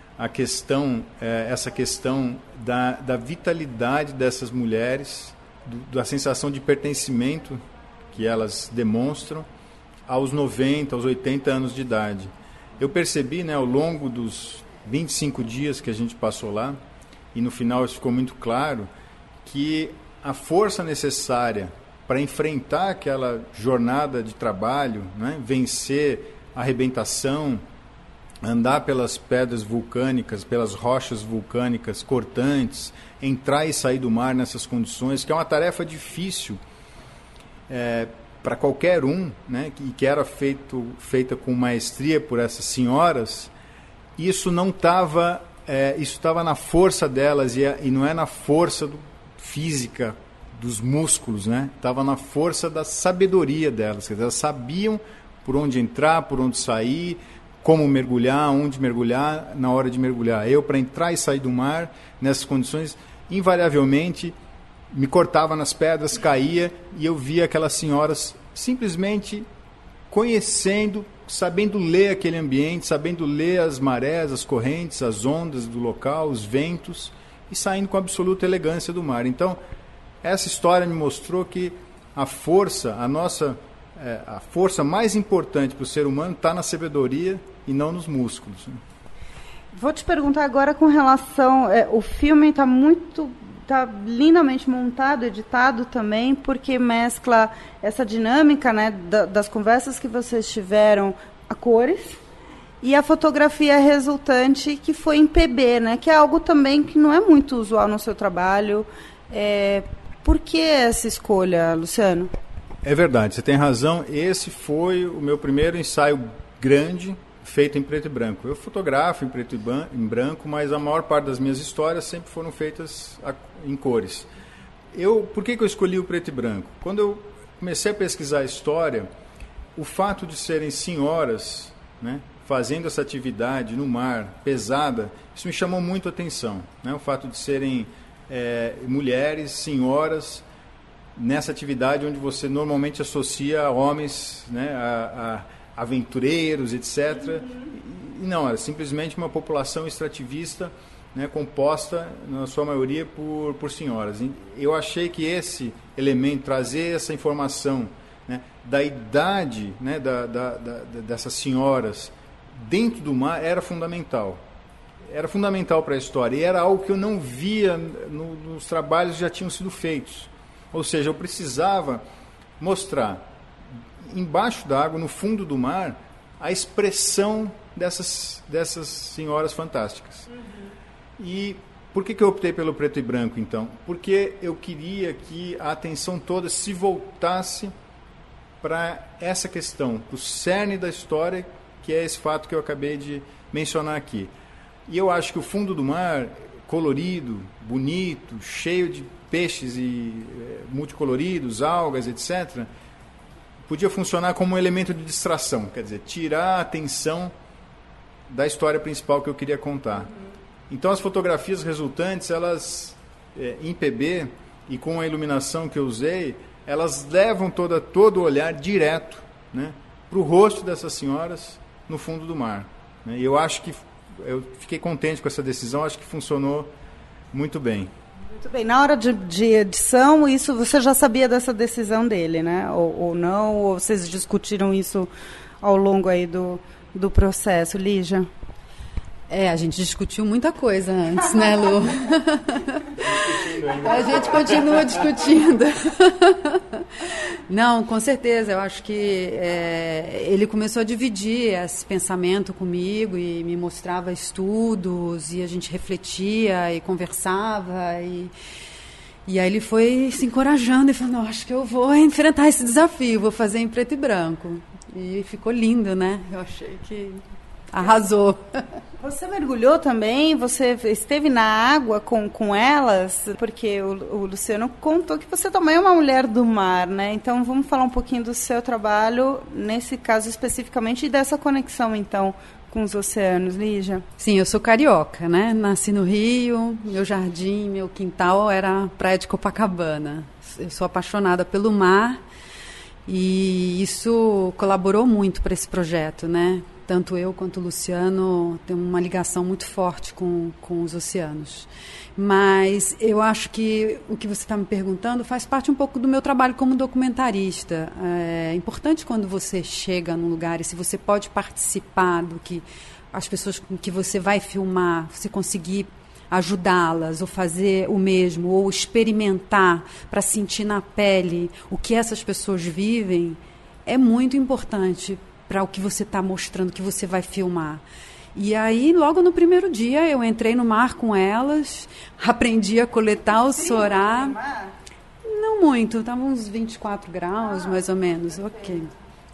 essa questão da vitalidade dessas mulheres, da sensação de pertencimento que elas demonstram aos 90, aos 80 anos de idade. Eu percebi, né, ao longo dos 25 dias que a gente passou lá, e no final isso ficou muito claro, que a força necessária para enfrentar aquela jornada de trabalho, né, vencer a arrebentação, andar pelas pedras vulcânicas, pelas rochas vulcânicas cortantes, entrar e sair do mar nessas condições, que é uma tarefa difícil para qualquer um, né, que era feita com maestria por essas senhoras. Isso não estava, isso estava na força delas, e não é na força física dos músculos, né? Estava na força da sabedoria delas, quer dizer, elas sabiam por onde entrar, por onde sair, como mergulhar, onde mergulhar, na hora de mergulhar. Eu, para entrar e sair do mar, nessas condições, invariavelmente me cortava nas pedras, caía, e eu via aquelas senhoras simplesmente conhecendo, sabendo ler aquele ambiente, sabendo ler as marés, as correntes, as ondas do local, os ventos, e saindo com absoluta elegância do mar. Então, essa história me mostrou que a força mais importante para o ser humano está na sabedoria e não nos músculos. Vou te perguntar agora com relação... o filme está lindamente montado, editado também, porque mescla essa dinâmica, né, das conversas que vocês tiveram a cores e a fotografia resultante que foi em PB, né, que é algo também que não é muito usual no seu trabalho. Por que essa escolha, Luciano? É verdade, você tem razão. Esse foi o meu primeiro ensaio grande feito em preto e branco. Eu fotografo em preto e branco, mas a maior parte das minhas histórias sempre foram feitas em cores. Por que eu escolhi o preto e branco? Quando eu comecei a pesquisar a história, o fato de serem senhoras, né, fazendo essa atividade no mar, pesada, isso me chamou muito a atenção, né? O fato de serem mulheres, senhoras, nessa atividade onde você normalmente associa homens, né, a aventureiros, etc. E não, era simplesmente uma população extrativista, né, composta, na sua maioria, por senhoras. Eu achei que esse elemento, trazer essa informação, né, da idade, né, dessas senhoras dentro do mar, era fundamental. Era fundamental para a história, e era algo que eu não via nos trabalhos que já tinham sido feitos. Ou seja, eu precisava mostrar embaixo da água, no fundo do mar, a expressão dessas senhoras fantásticas. E por que eu optei pelo preto e branco, então? Porque eu queria que a atenção toda se voltasse para essa questão, para o cerne da história, que é esse fato que eu acabei de mencionar aqui. E eu acho que o fundo do mar, colorido, bonito, cheio de peixes e multicoloridos, algas, etc., podia funcionar como um elemento de distração, quer dizer, tirar a atenção da história principal que eu queria contar. Então as fotografias resultantes, elas em PB e com a iluminação que eu usei, elas levam todo o olhar direto, né, para o rosto dessas senhoras no fundo do mar. Né? E eu acho que eu fiquei contente com essa decisão, acho que funcionou muito bem. Muito bem. Na hora de edição, isso você já sabia dessa decisão dele, né? Ou não? Ou vocês discutiram isso ao longo aí do processo, Lígia? A gente discutiu muita coisa antes, né, Lu? A gente continua discutindo. Não, com certeza. Eu acho que ele começou a dividir esse pensamento comigo e me mostrava estudos e a gente refletia e conversava e aí ele foi se encorajando e falou, acho que eu vou enfrentar esse desafio, vou fazer em preto e branco. E ficou lindo, né? Eu achei que arrasou. Você mergulhou também? Você esteve na água com elas? Porque o Luciano contou que você também é uma mulher do mar, né? Então vamos falar um pouquinho do seu trabalho, nesse caso especificamente, e dessa conexão, então, com os oceanos, Lígia. Sim, eu sou carioca, né? Nasci no Rio, meu jardim, meu quintal era a praia de Copacabana. Eu sou apaixonada pelo mar e isso colaborou muito para esse projeto, né? Tanto eu quanto o Luciano temos uma ligação muito forte com os oceanos. Mas eu acho que o que você está me perguntando faz parte um pouco do meu trabalho como documentarista. É importante quando você chega num lugar e se você pode participar do que as pessoas com que você vai filmar, você conseguir ajudá-las ou fazer o mesmo, ou experimentar para sentir na pele o que essas pessoas vivem, é muito importante para o que você está mostrando, que você vai filmar. E aí, logo no primeiro dia, eu entrei no mar com elas, aprendi a coletar o sorá. Não muito, estava uns 24 graus, mais ou menos, ok.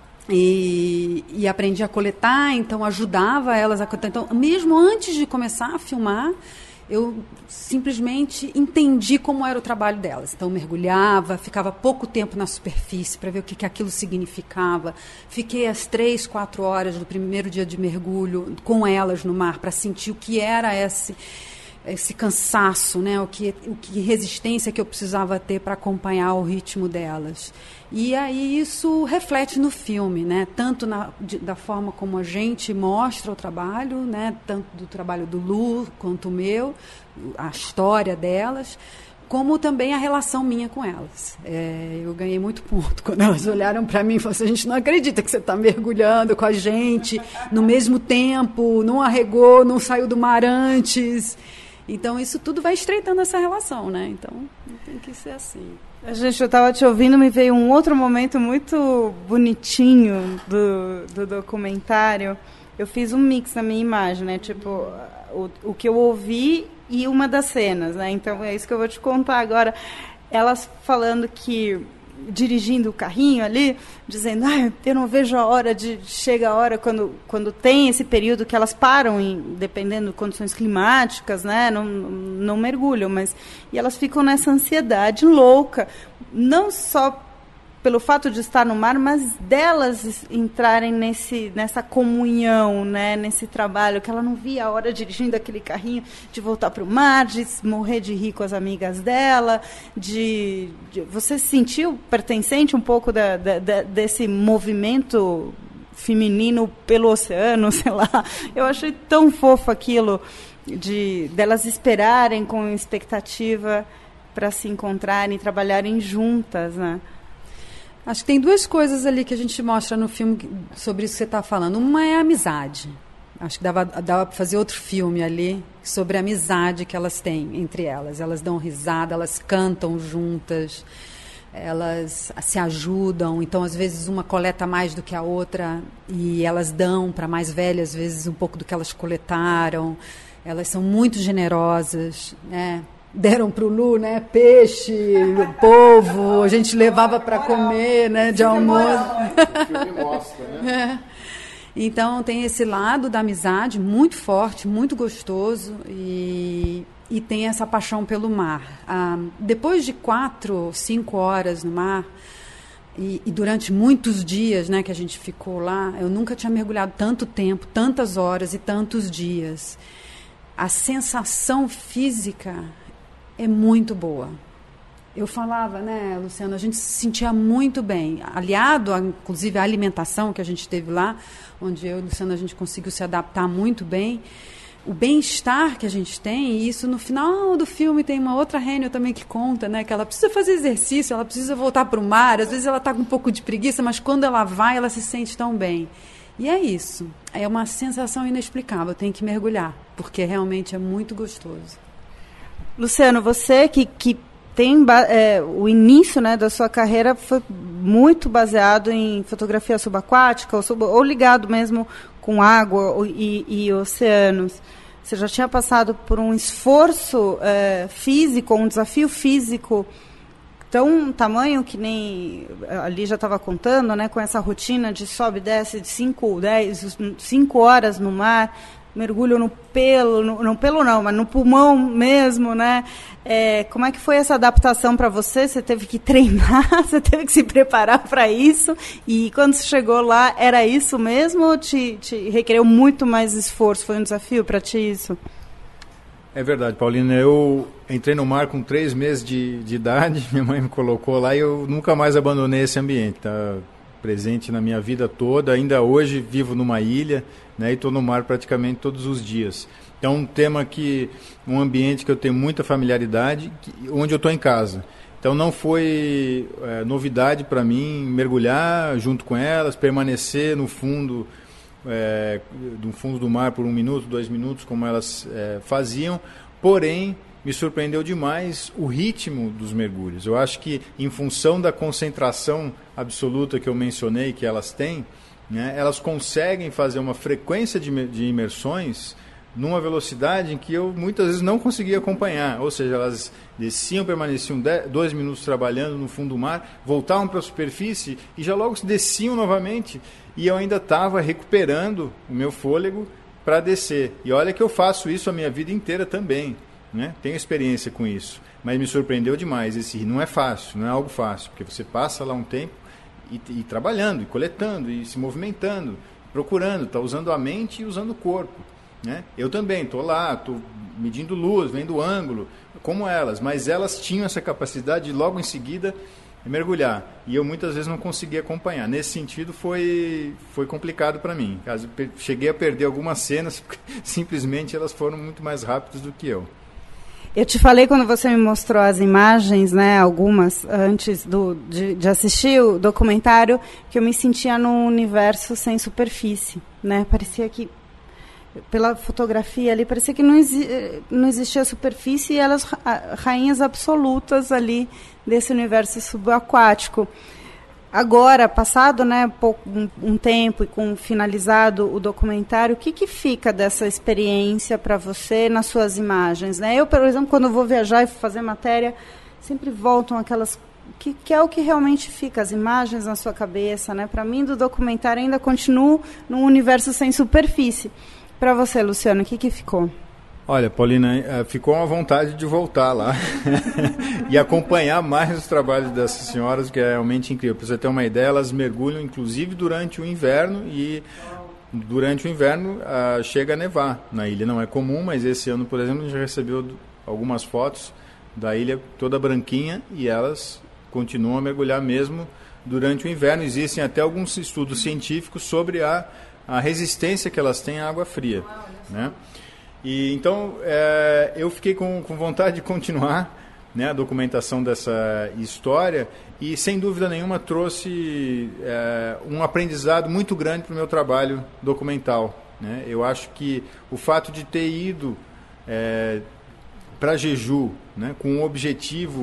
E aprendi a coletar, então ajudava elas a coletar. Então, mesmo antes de começar a filmar, eu simplesmente entendi como era o trabalho delas. Então, mergulhava, ficava pouco tempo na superfície para ver o que aquilo significava. Fiquei às 3, 4 horas do primeiro dia de mergulho com elas no mar para sentir o que era esse cansaço, né? o que resistência que eu precisava ter para acompanhar o ritmo delas. E aí isso reflete no filme, né? Tanto da forma como a gente mostra o trabalho, né? Tanto do trabalho do Lu quanto o meu, a história delas, como também a relação minha com elas. Eu ganhei muito ponto quando elas olharam para mim e falaram assim, a gente não acredita que você está mergulhando com a gente no mesmo tempo, não arregou, não saiu do mar antes. Então, isso tudo vai estreitando essa relação, né? Então, tem que ser assim. Gente, eu estava te ouvindo, me veio um outro momento muito bonitinho do documentário. Eu fiz um mix na minha imagem, né? Tipo, o que eu ouvi e uma das cenas, né? Então, é isso que eu vou te contar agora. Elas falando que, dirigindo o carrinho ali, dizendo, eu não vejo a hora chega a hora quando tem esse período que elas param, dependendo de condições climáticas, né, não mergulham, e elas ficam nessa ansiedade louca, não só pelo fato de estar no mar, mas delas entrarem nessa comunhão, né, nesse trabalho, que ela não via a hora dirigindo aquele carrinho, de voltar para o mar, de morrer de rir com as amigas dela, você se sentiu pertencente um pouco desse movimento feminino pelo oceano, sei lá. Eu achei tão fofo aquilo, delas esperarem com expectativa para se encontrarem e trabalharem juntas, né? Acho que tem duas coisas ali que a gente mostra no filme sobre isso que você está falando. Uma é a amizade. Acho que dava para fazer outro filme ali sobre a amizade que elas têm entre elas. Elas dão risada, elas cantam juntas. elas se ajudam, então às vezes uma coleta mais do que a outra e elas dão para mais velhas, às vezes um pouco do que elas coletaram. Elas são muito generosas, né? Deram para o Lu, né, peixe, polvo, a gente levava para comer, né, de almoço. O filme mostra, né? Então tem esse lado da amizade muito forte, muito gostoso e tem essa paixão pelo mar. Depois de 4, 5 horas no mar e durante muitos dias, né, que a gente ficou lá, eu nunca tinha mergulhado tanto tempo, tantas horas e tantos dias. A sensação física é muito boa. Eu falava, né, Luciana, a gente se sentia muito bem, aliado, inclusive, à alimentação que a gente teve lá, onde eu e Luciana, a gente conseguiu se adaptar muito bem. O bem-estar que a gente tem, e isso no final do filme tem uma outra Haniel também que conta, né, que ela precisa fazer exercício, ela precisa voltar para o mar, às vezes ela está com um pouco de preguiça, mas quando ela vai, ela se sente tão bem. E é isso, é uma sensação inexplicável, tem que mergulhar, porque realmente é muito gostoso. Luciano, você que tem o início, né, da sua carreira foi muito baseado em fotografia subaquática ou ligado mesmo com água e oceanos. Você já tinha passado por um esforço físico, um desafio físico tão tamanho que nem ali já estava contando, né, com essa rotina de sobe e desce de 5 horas no mar, mergulho no pelo, mas no pulmão mesmo, né? Como é que foi essa adaptação para você? Você teve que treinar, você teve que se preparar para isso, e quando você chegou lá, era isso mesmo ou te requereu muito mais esforço? Foi um desafio para ti isso? É verdade, Paulina. Eu entrei no mar com 3 meses de idade, minha mãe me colocou lá e eu nunca mais abandonei esse ambiente. Está presente na minha vida toda. Ainda hoje vivo numa ilha, né, e estou no mar praticamente todos os dias. É um ambiente que eu tenho muita familiaridade, onde eu estou em casa. Então não foi novidade para mim mergulhar junto com elas, permanecer no fundo do mar por 1 minuto, 2 minutos, como elas faziam. Porém, me surpreendeu demais o ritmo dos mergulhos. Eu acho que, em função da concentração absoluta que eu mencionei que elas têm, né, elas conseguem fazer uma frequência de imersões numa velocidade em que eu muitas vezes não conseguia acompanhar. Ou seja, elas desciam, permaneciam 2 minutos trabalhando no fundo do mar, voltavam para a superfície e já logo desciam novamente. E eu ainda estava recuperando o meu fôlego para descer. E olha que eu faço isso a minha vida inteira também, né? Tenho experiência com isso. Mas me surpreendeu demais. Não é fácil, não é algo fácil, porque você passa lá um tempo e trabalhando, e coletando, e se movimentando, procurando, está usando a mente e usando o corpo, né? Eu também estou lá, estou medindo luz, vendo ângulo, como elas, mas elas tinham essa capacidade de logo em seguida mergulhar, e eu muitas vezes não conseguia acompanhar. Nesse sentido foi complicado para mim. Cheguei a perder algumas cenas, porque simplesmente elas foram muito mais rápidas do que eu. Eu te falei quando você me mostrou as imagens, né, algumas, antes de assistir o documentário, que eu me sentia num universo sem superfície, né? Parecia que, pela fotografia ali, parecia que não existia superfície e elas rainhas absolutas ali desse universo subaquático. Agora, passado, né, um tempo e com finalizado o documentário, o que fica dessa experiência para você nas suas imagens, né? Eu, por exemplo, quando vou viajar e fazer matéria, sempre voltam aquelas que é o que realmente fica, as imagens na sua cabeça, né? Para mim, do documentário ainda continuo num universo sem superfície. Para você, Luciano, o que ficou? Olha, Paulina, ficou uma vontade de voltar lá e acompanhar mais os trabalhos dessas senhoras, que é realmente incrível. Para você ter uma ideia, elas mergulham inclusive durante o inverno, e durante o inverno chega a nevar na ilha. Não é comum, mas esse ano, por exemplo, a gente já recebeu algumas fotos da ilha toda branquinha e elas continuam a mergulhar mesmo durante o inverno. Existem até alguns estudos científicos sobre a resistência que elas têm à água fria, né? E então eu fiquei com vontade de continuar, né, a documentação dessa história, e sem dúvida nenhuma trouxe um aprendizado muito grande para o meu trabalho documental, né? Eu acho que o fato de ter ido para Jeju, né, com o objetivo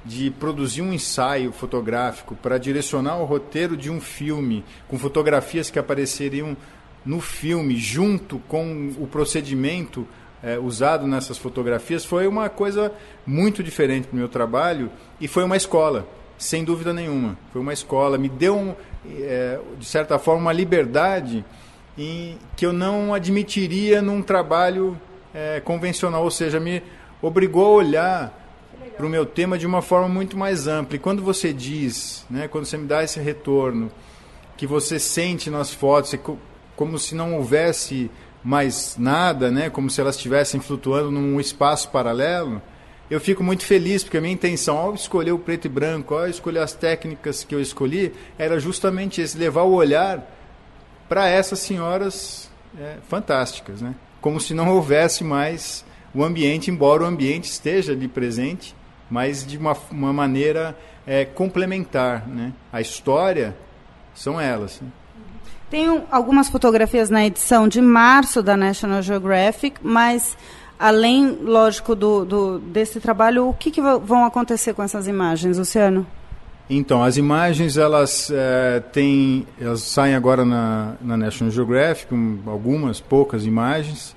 de produzir um ensaio fotográfico para direcionar o roteiro de um filme, com fotografias que apareceriam no filme, junto com o procedimento usado nessas fotografias, foi uma coisa muito diferente para o meu trabalho, e foi uma escola, sem dúvida nenhuma. Foi uma escola, me deu, de certa forma, uma liberdade que eu não admitiria num trabalho convencional, ou seja, me obrigou a olhar para o meu tema de uma forma muito mais ampla. E quando você diz, né, quando você me dá esse retorno, que você sente nas fotos como se não houvesse mais nada, né, como se elas estivessem flutuando num espaço paralelo, eu fico muito feliz, porque a minha intenção ao escolher o preto e branco, ao escolher as técnicas que eu escolhi, era justamente esse, levar o olhar para essas senhoras fantásticas, né? Como se não houvesse mais o ambiente, embora o ambiente esteja ali presente, mas de uma maneira complementar, né? A história são elas, né? Tem algumas fotografias na edição de março da National Geographic, mas além, lógico, desse trabalho, o que vão acontecer com essas imagens, Luciano? Então, as imagens, elas saem agora na National Geographic, algumas, poucas imagens.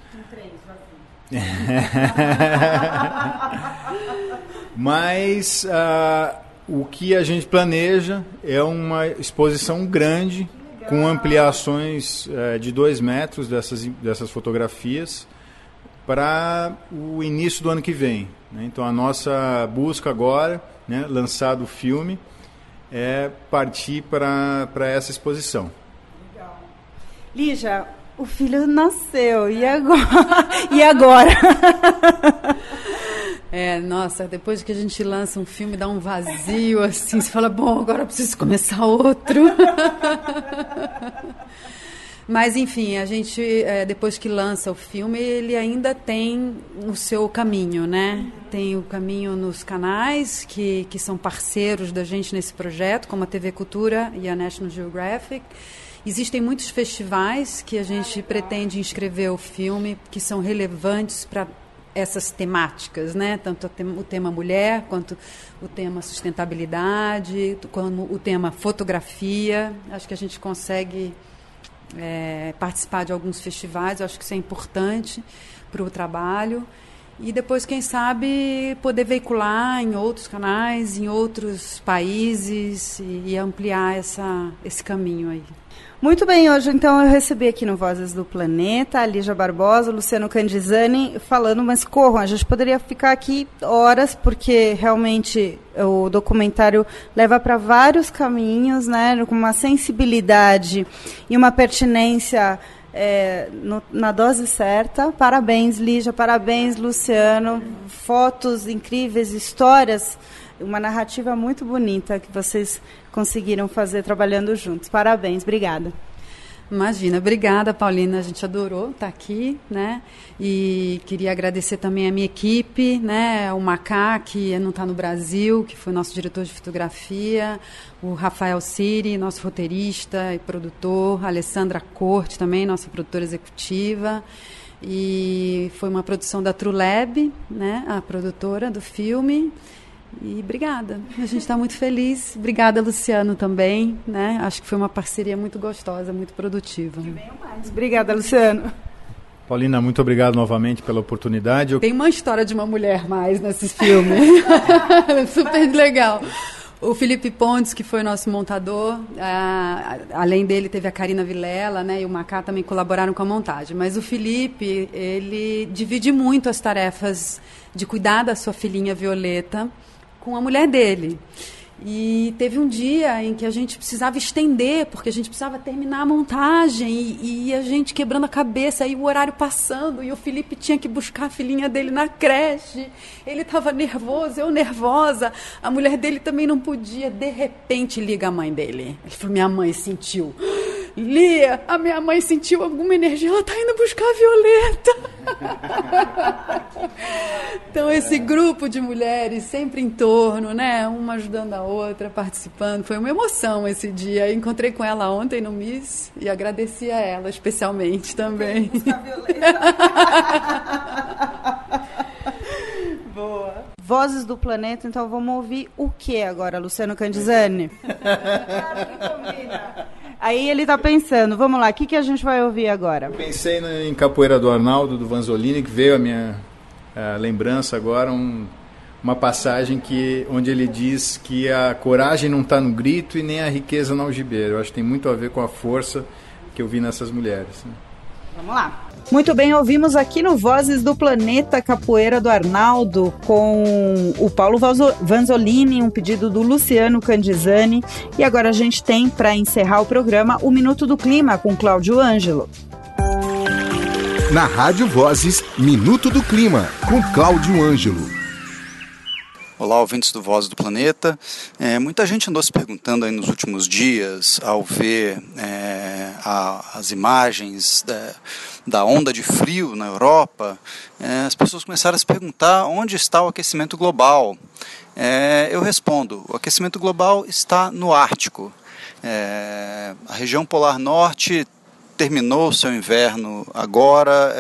Mas o que a gente planeja é uma exposição grande, com ampliações de 2 metros dessas fotografias para o início do ano que vem, né? Então a nossa busca agora, né, lançado o filme, é partir para essa exposição. Legal. Lígia, o filho nasceu, e agora? E agora? Nossa, depois que a gente lança um filme, dá um vazio, assim, você fala, bom, agora eu preciso começar outro. Mas, enfim, a gente, depois que lança o filme, ele ainda tem o seu caminho, né? Tem o caminho nos canais, que são parceiros da gente nesse projeto, como a TV Cultura e a National Geographic. Existem muitos festivais que a gente pretende inscrever o filme, que são relevantes para essas temáticas, né? Tanto o tema mulher, quanto o tema sustentabilidade, como o tema fotografia. Acho que a gente consegue participar de alguns festivais, eu acho que isso é importante para o trabalho. E depois, quem sabe, poder veicular em outros canais, em outros países e ampliar esse caminho aí. Muito bem, hoje então eu recebi aqui no Vozes do Planeta a Lígia Barbosa, Luciano Candizani falando, mas corram, a gente poderia ficar aqui horas, porque realmente o documentário leva para vários caminhos, né, com uma sensibilidade e uma pertinência na dose certa. Parabéns, Lígia, parabéns, Luciano, fotos incríveis, histórias, uma narrativa muito bonita que vocês conseguiram fazer trabalhando juntos. Parabéns, obrigada. Imagina, obrigada, Paulina, a gente adorou estar aqui, né? E queria agradecer também a minha equipe, né? O Macá, que não está no Brasil, que foi nosso diretor de fotografia, o Rafael Siri, nosso roteirista e produtor, a Alessandra Corte também, nossa produtora executiva. E foi uma produção da True Lab, né? A produtora do filme. E obrigada, a gente está muito feliz. Obrigada, Luciano, também, né? Acho que foi uma parceria muito gostosa, muito produtiva. Obrigada, Luciano. Paulina, muito obrigado novamente pela oportunidade. Tem uma história de uma mulher mais nesse filme. Super legal. O Felipe Pontes, que foi nosso montador, além dele teve a Karina Vilela, né, e o Macá também colaboraram com a montagem. Mas o Felipe, ele divide muito as tarefas de cuidar da sua filhinha Violeta com a mulher dele. E teve um dia em que a gente precisava estender, porque a gente precisava terminar a montagem, e a gente quebrando a cabeça, aí o horário passando, e o Felipe tinha que buscar a filhinha dele na creche. Ele estava nervoso, eu nervosa, a mulher dele também não podia. De repente liga a mãe dele. Ele falou, minha mãe sentiu. Lia, a minha mãe sentiu alguma energia, ela está indo buscar a Violeta. Então, esse grupo de mulheres sempre em torno, né? Uma ajudando a outra, participando. Foi uma emoção esse dia. Encontrei com ela ontem no Miss e agradeci a ela especialmente também. Boa. Vozes do Planeta, então vamos ouvir o que agora, Luciano Candizani? Aí ele tá pensando, vamos lá, o que a gente vai ouvir agora? Eu pensei em Capoeira do Arnaldo, do Vanzolini, que veio a minha lembrança agora, uma passagem onde ele diz que a coragem não está no grito e nem a riqueza na algibeira. Eu acho que tem muito a ver com a força que eu vi nessas mulheres. Né? Vamos lá. Muito bem, ouvimos aqui no Vozes do Planeta Capoeira do Arnaldo com o Paulo Vanzolini, um pedido do Luciano Candizani. E agora a gente tem, para encerrar o programa, o Minuto do Clima com Cláudio Ângelo. Na Rádio Vozes, Minuto do Clima com Cláudio Ângelo. Olá, ouvintes do Vozes do Planeta. Muita gente andou se perguntando aí nos últimos dias, ao ver as imagens da onda de frio na Europa, as pessoas começaram a se perguntar onde está o aquecimento global. Eu respondo, o aquecimento global está no Ártico. A região polar norte terminou seu inverno agora,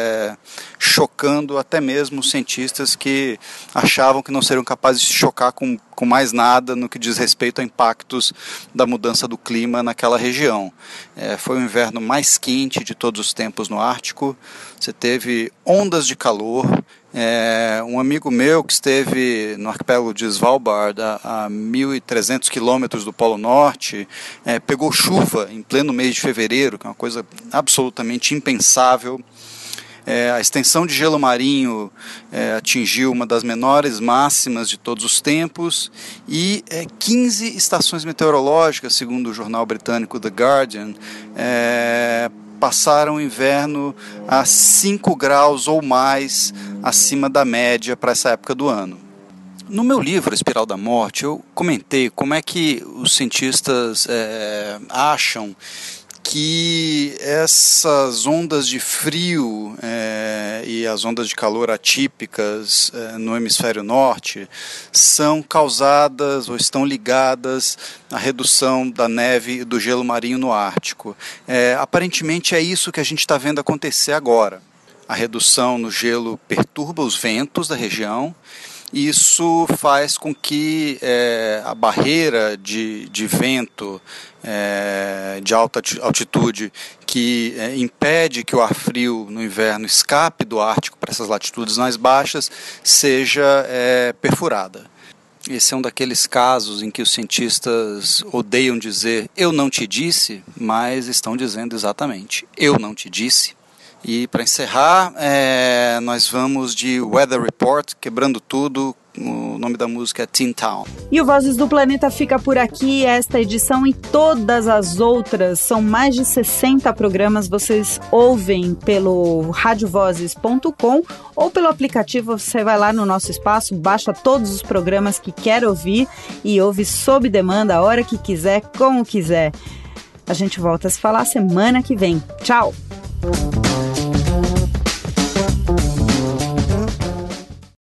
chocando até mesmo os cientistas que achavam que não seriam capazes de se chocar com mais nada no que diz respeito a impactos da mudança do clima naquela região. Foi o inverno mais quente de todos os tempos no Ártico, você teve ondas de calor. Um amigo meu que esteve no arquipélago de Svalbard, a 1.300 quilômetros do Polo Norte, pegou chuva em pleno mês de fevereiro, que é uma coisa absolutamente impensável. A extensão de gelo marinho atingiu uma das menores máximas de todos os tempos e 15 estações meteorológicas, segundo o jornal britânico The Guardian, passaram o inverno a 5 graus ou mais acima da média para essa época do ano. No meu livro, Espiral da Morte, eu comentei como é que os cientistas acham que essas ondas de frio e as ondas de calor atípicas no hemisfério norte são causadas ou estão ligadas à redução da neve e do gelo marinho no Ártico. Aparentemente é isso que a gente está vendo acontecer agora. A redução no gelo perturba os ventos da região. Isso faz com que a barreira de vento de alta altitude que impede que o ar frio no inverno escape do Ártico para essas latitudes mais baixas seja perfurada. Esse é um daqueles casos em que os cientistas odeiam dizer "eu não te disse", mas estão dizendo exatamente "eu não te disse". E para encerrar, nós vamos de Weather Report, Quebrando Tudo. O nome da música é Teen Town. E o Vozes do Planeta fica por aqui. Esta edição e todas as outras, são mais de 60 programas, vocês ouvem pelo radiovozes.com ou pelo aplicativo. Você vai lá no nosso espaço, baixa todos os programas que quer ouvir e ouve sob demanda, a hora que quiser, como quiser. A gente volta a se falar semana que vem. Tchau!